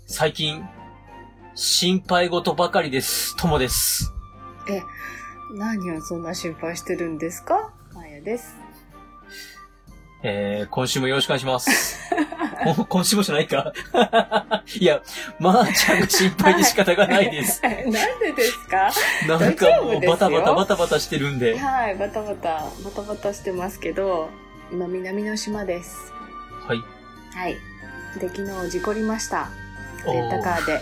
最近、心配事ばかりです。ともです。 何をそんな心配してるんですか？まやです。 今週もよろしくお願いします。今週もじゃないかいや、まーちゃんが心配で仕方がないです。 なんでですか？ なんかもうバタバタしてるんで。 はい、バタバタしてますけど、今南の島です。 はい。 はい。で、昨日事故りました。レンタカーで。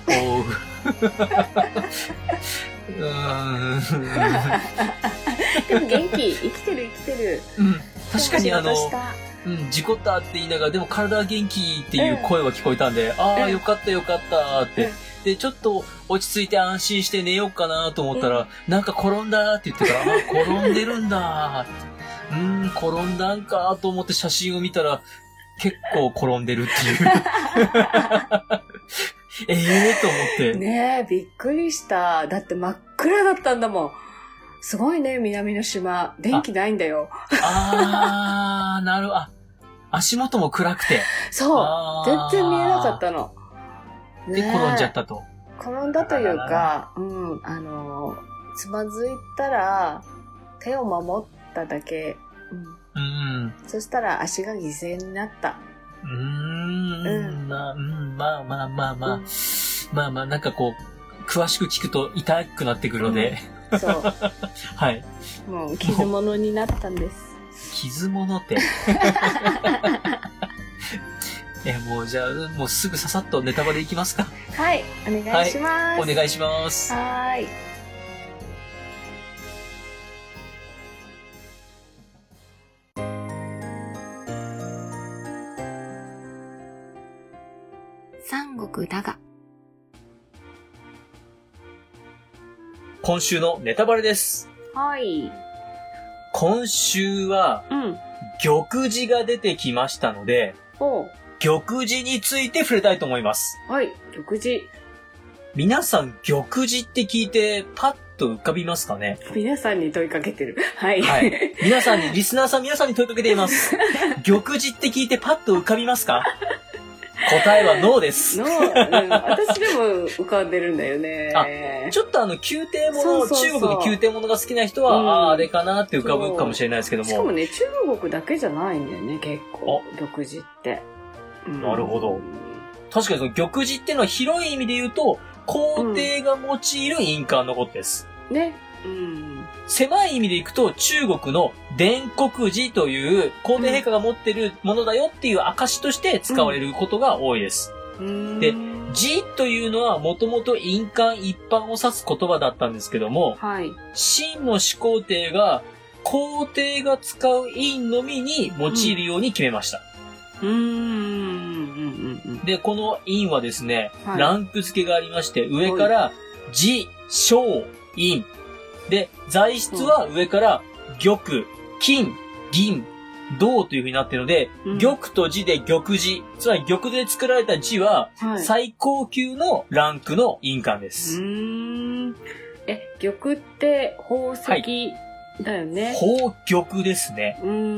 でも元気、生きてる。 うん、確かに事故ったって言いながら、でも体は元気っていう声は聞こえたんで、よかったって。で、ちょっと落ち着いて安心して寝ようかなと思ったら、なんか転んだって言ってから、転んでるんだ転んだんかと思って写真を見たら、結構転んでるっていう。と思って。 ねえ、びっくりした。だって真っ暗だったんだもん。すごいね、南の島。電気ないんだよ。 なるほど。足元も暗くて。 そう。全然見えなかったの。 で、転んじゃったと。 転んだというか、つまずいたら、手を守っただけ。そしたら足が犠牲になった。 なんかこう、詳しく聞くと痛くなってくるので。 そう。 はい。 もう傷物になったんです。 傷物って。もうじゃあ、もうすぐささっとネタバレいきますか。 はい、お願いします。 はい、お願いします。 はい。三国だが。 今週のネタバレです。 はい。 今週は、玉璽が出てきましたので、玉璽について触れたいと思います。 はい、玉璽。 皆さん、玉璽って聞いて、パッと浮かびますかね？ 皆さんに問いかけてる。はい。 はい。皆さんに、リスナーさん皆さんに問いかけています。玉璽って聞いてパッと浮かびますか？答えはノーです。 私でも浮かんでるんだよね。 ちょっと宮廷もの、中国の宮廷ものが好きな人は、あれかなって浮かぶかもしれないですけども。 しかもね、中国だけじゃないんだよね、結構。玉璽って。 なるほど。確かにその玉璽っていうのは広い意味で言うと、皇帝が用いる印鑑のことです。 ね。 狭い意味でいくと、中国の伝国璽という皇帝陛下が持ってるものだよっていう証として使われることが多いです。で、璽というのはもともと印鑑一般を指す言葉だったんですけども、秦の始皇帝が皇帝が使う印のみに用いるように決めました。で、この印はですね、ランク付けがありまして、上から璽、章、印。で、材質は上から玉、金、銀、銅という風になっているので、玉と璽で玉璽。つまり玉で作られた璽は、最高級のランクの印鑑です。 玉って宝石だよね。 宝玉ですね。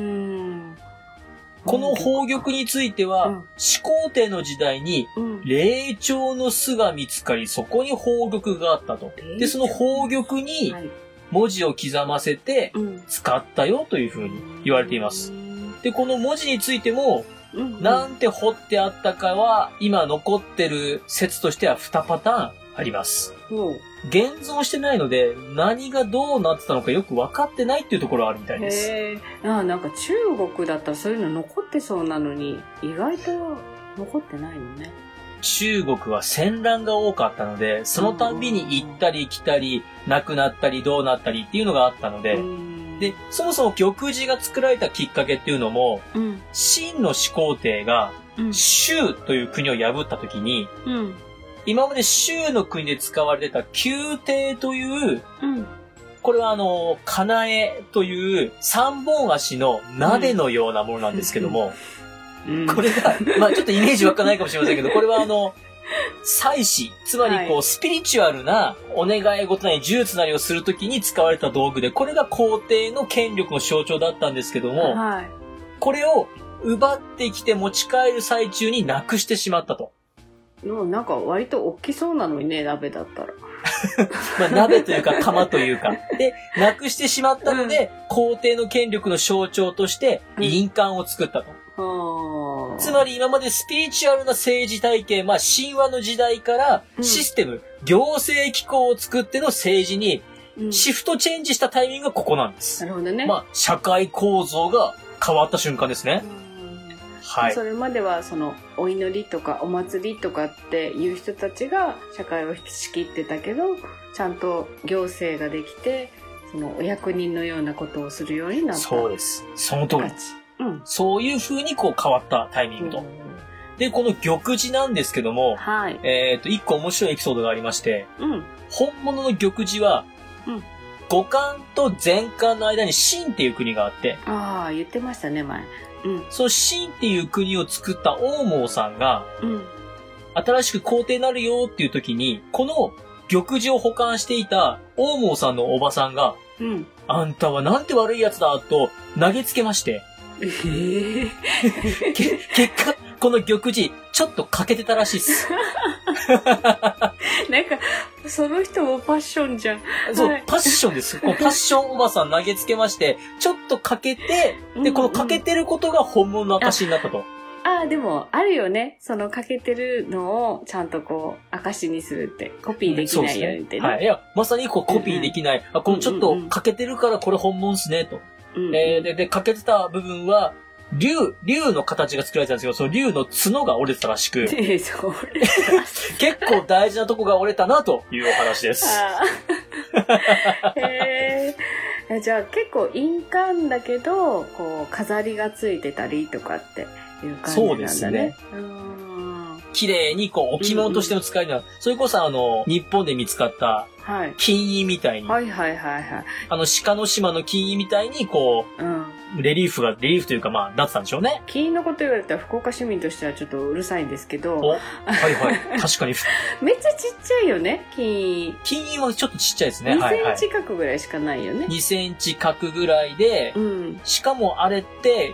この宝玉については、始皇帝の時代に、霊長の巣が見つかり、そこに宝玉があったと。で、その宝玉に文字を刻ませて使ったよというふうに言われています。で、この文字についても、なんて彫ってあったかは、今残ってる説としては2パターンあります。現像してないので、何がどうなってたのかよく分かってないっていうところはあるみたいです。 なんか中国だったらそういうの残ってそうなのに、意外と残ってないのね。 中国は戦乱が多かったので、そのたんびに行ったり来たり、亡くなったりどうなったりっていうのがあったので、で、そもそも玉璽が作られたきっかけっていうのも、秦の始皇帝が、周という国を破った時に、今まで周の国で使われてた宮廷という、これはかなえという三本足の鍋のようなものなんですけども、これが、ちょっとイメージ湧かないかもしれませんけど、これは祭祀、つまりスピリチュアルなお願い事なり呪術なりをするときに使われた道具で、これが皇帝の権力の象徴だったんですけども、これを奪ってきて持ち帰る最中になくしてしまったと。 なんか割と大きそうなのにね、鍋だったら。 まあ鍋というか釜というか。で、なくしてしまったので、皇帝の権力の象徴として印鑑を作ったと。つまり今までスピリチュアルな政治体系、まあ神話の時代からシステム、行政機構を作っての政治にシフトチェンジしたタイミングがここなんです。 なるほどね。 まあ社会構造が変わった瞬間ですね。 はい。それまではお祈りとかお祭りとかっていう人たちが社会を仕切ってたけど、ちゃんと行政ができて、お役人のようなことをするようになった。 そうです。その通り。そういう風に変わったタイミングと。で、この玉璽なんですけども、はい。一個面白いエピソードがありまして、本物の玉璽は、五漢と前漢の間に秦っていう国があって、 ああ、言ってましたね、前。 その秦っていう国を作った王毛さんが、新しく皇帝になるよっていう時に、この玉璽を保管していた王毛さんのおばさんが、あんたはなんて悪い奴だと投げつけまして、結果、この玉璽、ちょっと欠けてたらしいっす。 なんか、その人もパッションじゃん。 そう、はい、パッションです。このパッションおばさん投げつけまして、ちょっと欠けて、で、この欠けてることが本物の証になったと。 でも、あるよね。欠けてるのをちゃんと証にするって。コピーできないようにってね。 はい。いや、まさにコピーできない。このちょっと欠けてるからこれ本物っすね、と。で、欠けてた部分は、竜の形が作られてたんですけど、その竜の角が折れてたらしく、結構大事なとこが折れたなというお話です。 じゃあ結構印鑑だけど、飾りがついてたりとかっていう感じなんだね。そうですね。 綺麗に置物としても使えるのは、それこそ日本で見つかった金印みたいに、鹿の島の金印みたいにレリーフというかなってたんでしょうね。 金印のこと言われたら福岡市民としてはちょっとうるさいんですけど。 はいはい。確かに。 めっちゃちっちゃいよね、金印。 金印はちょっとちっちゃいですね。 2センチ角ぐらいしかないよね。 2センチ角ぐらいで、しかもあれって、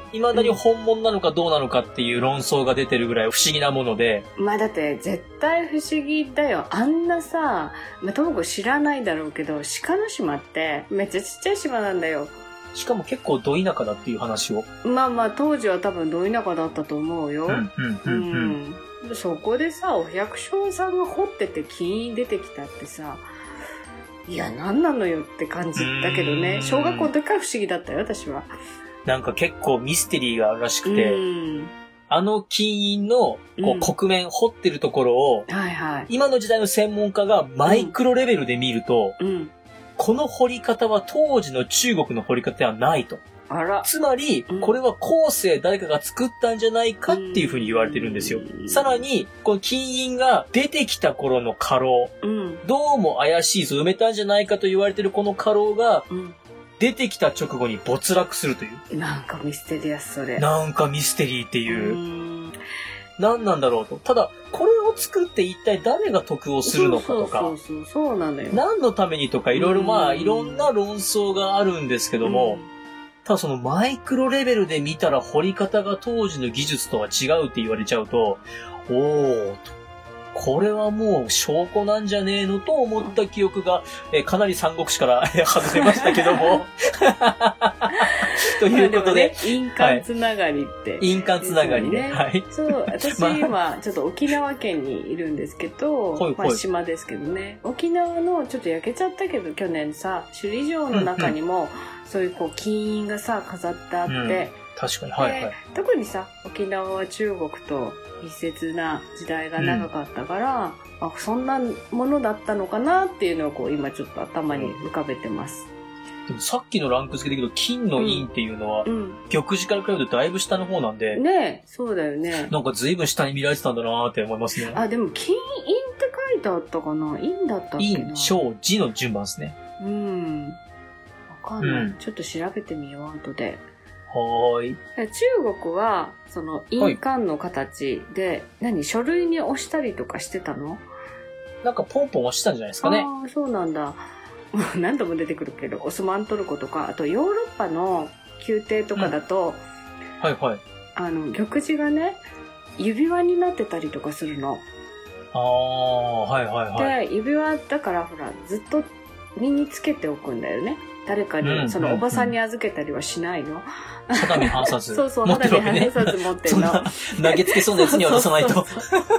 未だに本物なのかどうなのかっていう論争が出てるぐらい不思議なもので。 だって絶対不思議だよ。あんなさ、ともこ知らないだろうけど、鹿の島ってめっちゃちっちゃい島なんだよ。 しかも結構ど田舎だっていう話を。 当時は多分ど田舎だったと思うよ。そこでさ、お百姓さんが掘ってて金印出てきたってさ、いや、なんなのよって感じだけどね。小学校の時から不思議だったよ、私は。 なんか結構ミステリーがあるらしくて、金印の刻面、彫ってるところを、今の時代の専門家がマイクロレベルで見ると、この彫り方は当時の中国の彫り方ではないと。つまり、これは後世誰かが作ったんじゃないかっていうふうに言われてるんですよ。さらに、この金印が出てきた頃の家老、どうも怪しいぞ、埋めたんじゃないかと言われてるこの家老が、出てきた直後に没落するという。 なんかミステリアス、それ。 なんかミステリーっていう。何なんだろうと。ただ、これを作って一体誰が得をするのかとか。 そうなんだよ。 何のためにとか、いろいろいろんな論争があるんですけども、ただそのマイクロレベルで見たら彫り方が当時の技術とは違うって言われちゃうと、これはもう証拠なんじゃねえのと思った記憶が、かなり三国志から外れましたけども。ということで。 印鑑つながりって。 印鑑つながりね。はい。 そう、私今、ちょっと沖縄県にいるんですけど、島ですけどね。沖縄のちょっと焼けちゃったけど、去年さ、首里城の中にも、そういう金印がさ、飾ってあって、 確かに、 特にさ、沖縄は中国と密接な時代が長かったから、そんなものだったのかなっていうのを今ちょっと頭に浮かべてます。 でもさっきのランク付けで言うと金の印っていうのは、玉璽から比べるとだいぶ下の方なんで。 ねえ、そうだよね。 なんか随分下に見られてたんだなーって思いますね。 でも金印って書いてあったかな？印だったっけな？ 印、小、字の順番ですね。 わかんない。ちょっと調べてみよう、後で。 はい。 中国は、印鑑の形で、書類に押したりとかしてたの？ なんかポンポン押したんじゃないですかね。 そうなんだ。何度も出てくるけど、オスマントルコとか、あとヨーロッパの宮廷とかだと、 玉璽がね、 指輪になってたりとかするの。 ああ、はいはいはい。 で、指輪だからほら、ずっと身につけておくんだよね。誰かに、そのおばさんに預けたりはしないの。 肌身離さず。 そうそう、肌身離さず持ってるの。 投げつけそうなやつに渡さないと。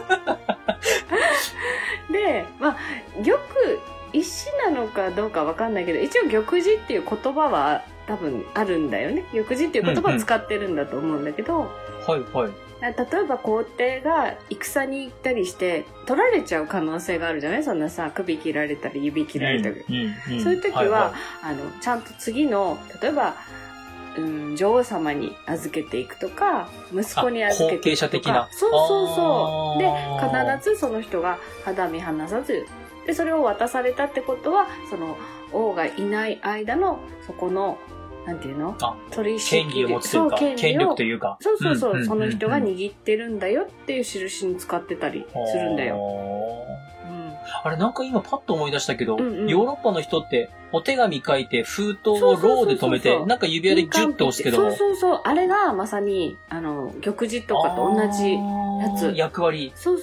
で、まあ、玉石なのかどうかわかんないけど、一応玉璽っていう言葉は多分あるんだよね。玉璽っていう言葉を使ってるんだと思うんだけど、 はいはい。 例えば皇帝が戦に行ったりして取られちゃう可能性があるじゃない？そんなさ、首切られたり指切られたり、そういう時は、はいはい、ちゃんと次の例えば、女王様に預けていくとか、息子に預けていくとか、後継者的な、そうで必ずその人が肌身離さずで、それを渡されたってことは、その王がいない間のそこのなんていうの？取り仕切り、 権利を持つというか、権力というか。 そう、その人が握ってるんだよっていう印に使ってたりするんだよ。 あれなんか今パッと思い出したけど、ヨーロッパの人ってお手紙書いて封筒をローで止めて、なんか指輪でギュッと押すけども。 そう、あれがまさに、玉璽とかと同じやつ。 役割。 そう。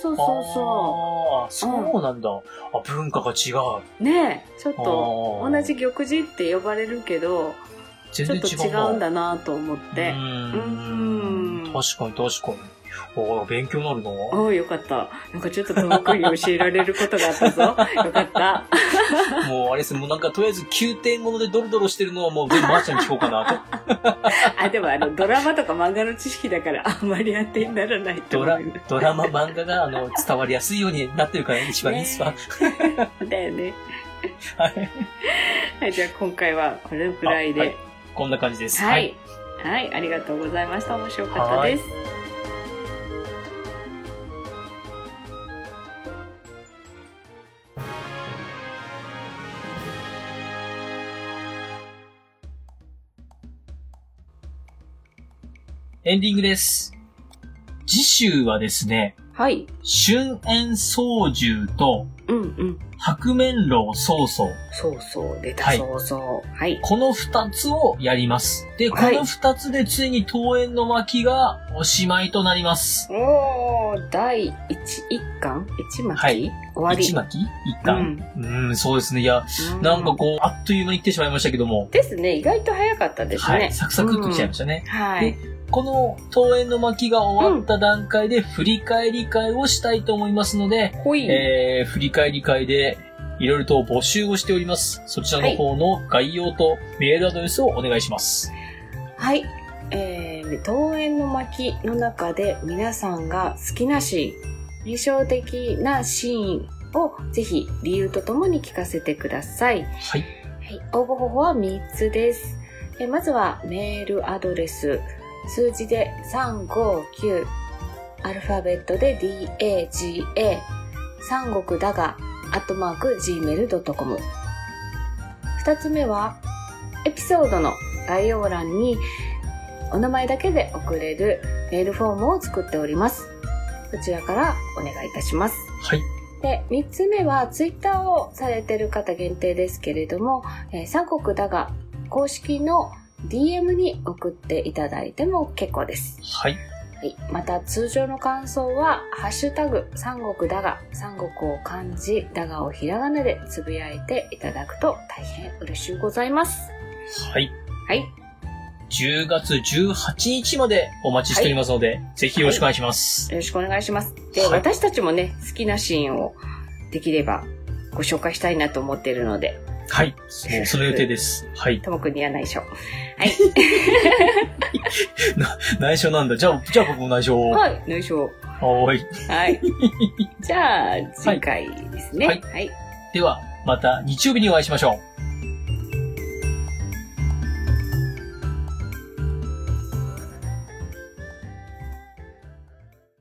そうなんだ。文化が違う。 ねえ、ちょっと同じ玉璽って呼ばれるけど、ちょっと違うんだなと思って。 確かに。勉強になるな。 よかった。なんかちょっとトモくんに教えられることがあったぞ。よかった。 もうあれです、もうなんかとりあえず宮廷ものでドロドロしてるのはもう全部まーちゃんに聞こうかなと。 でもドラマとか漫画の知識だからあんまり当てにならないと思う。 ドラマ漫画が伝わりやすいようになってるから一番いいっすわ。 だよね。はい。じゃあ今回はこれくらいで。はい、 こんな感じです。 はい。はい、ありがとうございました。面白かったです。 エンディングです。次週はですね、 はい。 春煙草獣と、白面楼曹操。 出た、曹操。はい。 この二つをやります。で、この二つでついに桃園の巻がおしまいとなります。 第一巻一巻、はい、終わり。 一巻一巻、そうですね。いや、なんかこう、あっという間に来てしまいましたけども。 ですね。意外と早かったですね。はい。 サクサクっと来ちゃいましたね。 はい。 この桃園の巻が終わった段階で振り返り会をしたいと思いますので、振り返り会でいろいろと募集をしております。そちらの方の概要とメールアドレスをお願いします。 はい。桃園の巻の中で皆さんが好きなシーン、印象的なシーンをぜひ理由とともに聞かせてください。 はい。 応募方法は3つです。まずはメールアドレス、数字で359、アルファベットで DAGA、三国だが、@gmail.com。二つ目は、エピソードの概要欄にお名前だけで送れるメールフォームを作っております。こちらからお願いいたします。 はい。 で、三つ目は、ツイッターをされている方限定ですけれども、三国だが公式のDM に送っていただいても結構です。 はい。 また通常の感想はハッシュタグ三国だが、三国を漢字だがをひらがなでつぶやいていただくと大変嬉しゅうございます。 はい。10月18日までお待ちしておりますので、ぜひよろしくお願いします。 よろしくお願いします。で、私たちもね、好きなシーンをできればご紹介したいなと思っているので。 はい。もうその予定です。はい。 ともくんには内緒。はい。 内緒なんだ。じゃあ僕も内緒を。 はい、内緒。 はい。 じゃあ、次回ですね。 はい。では、また日曜日にお会いしましょう。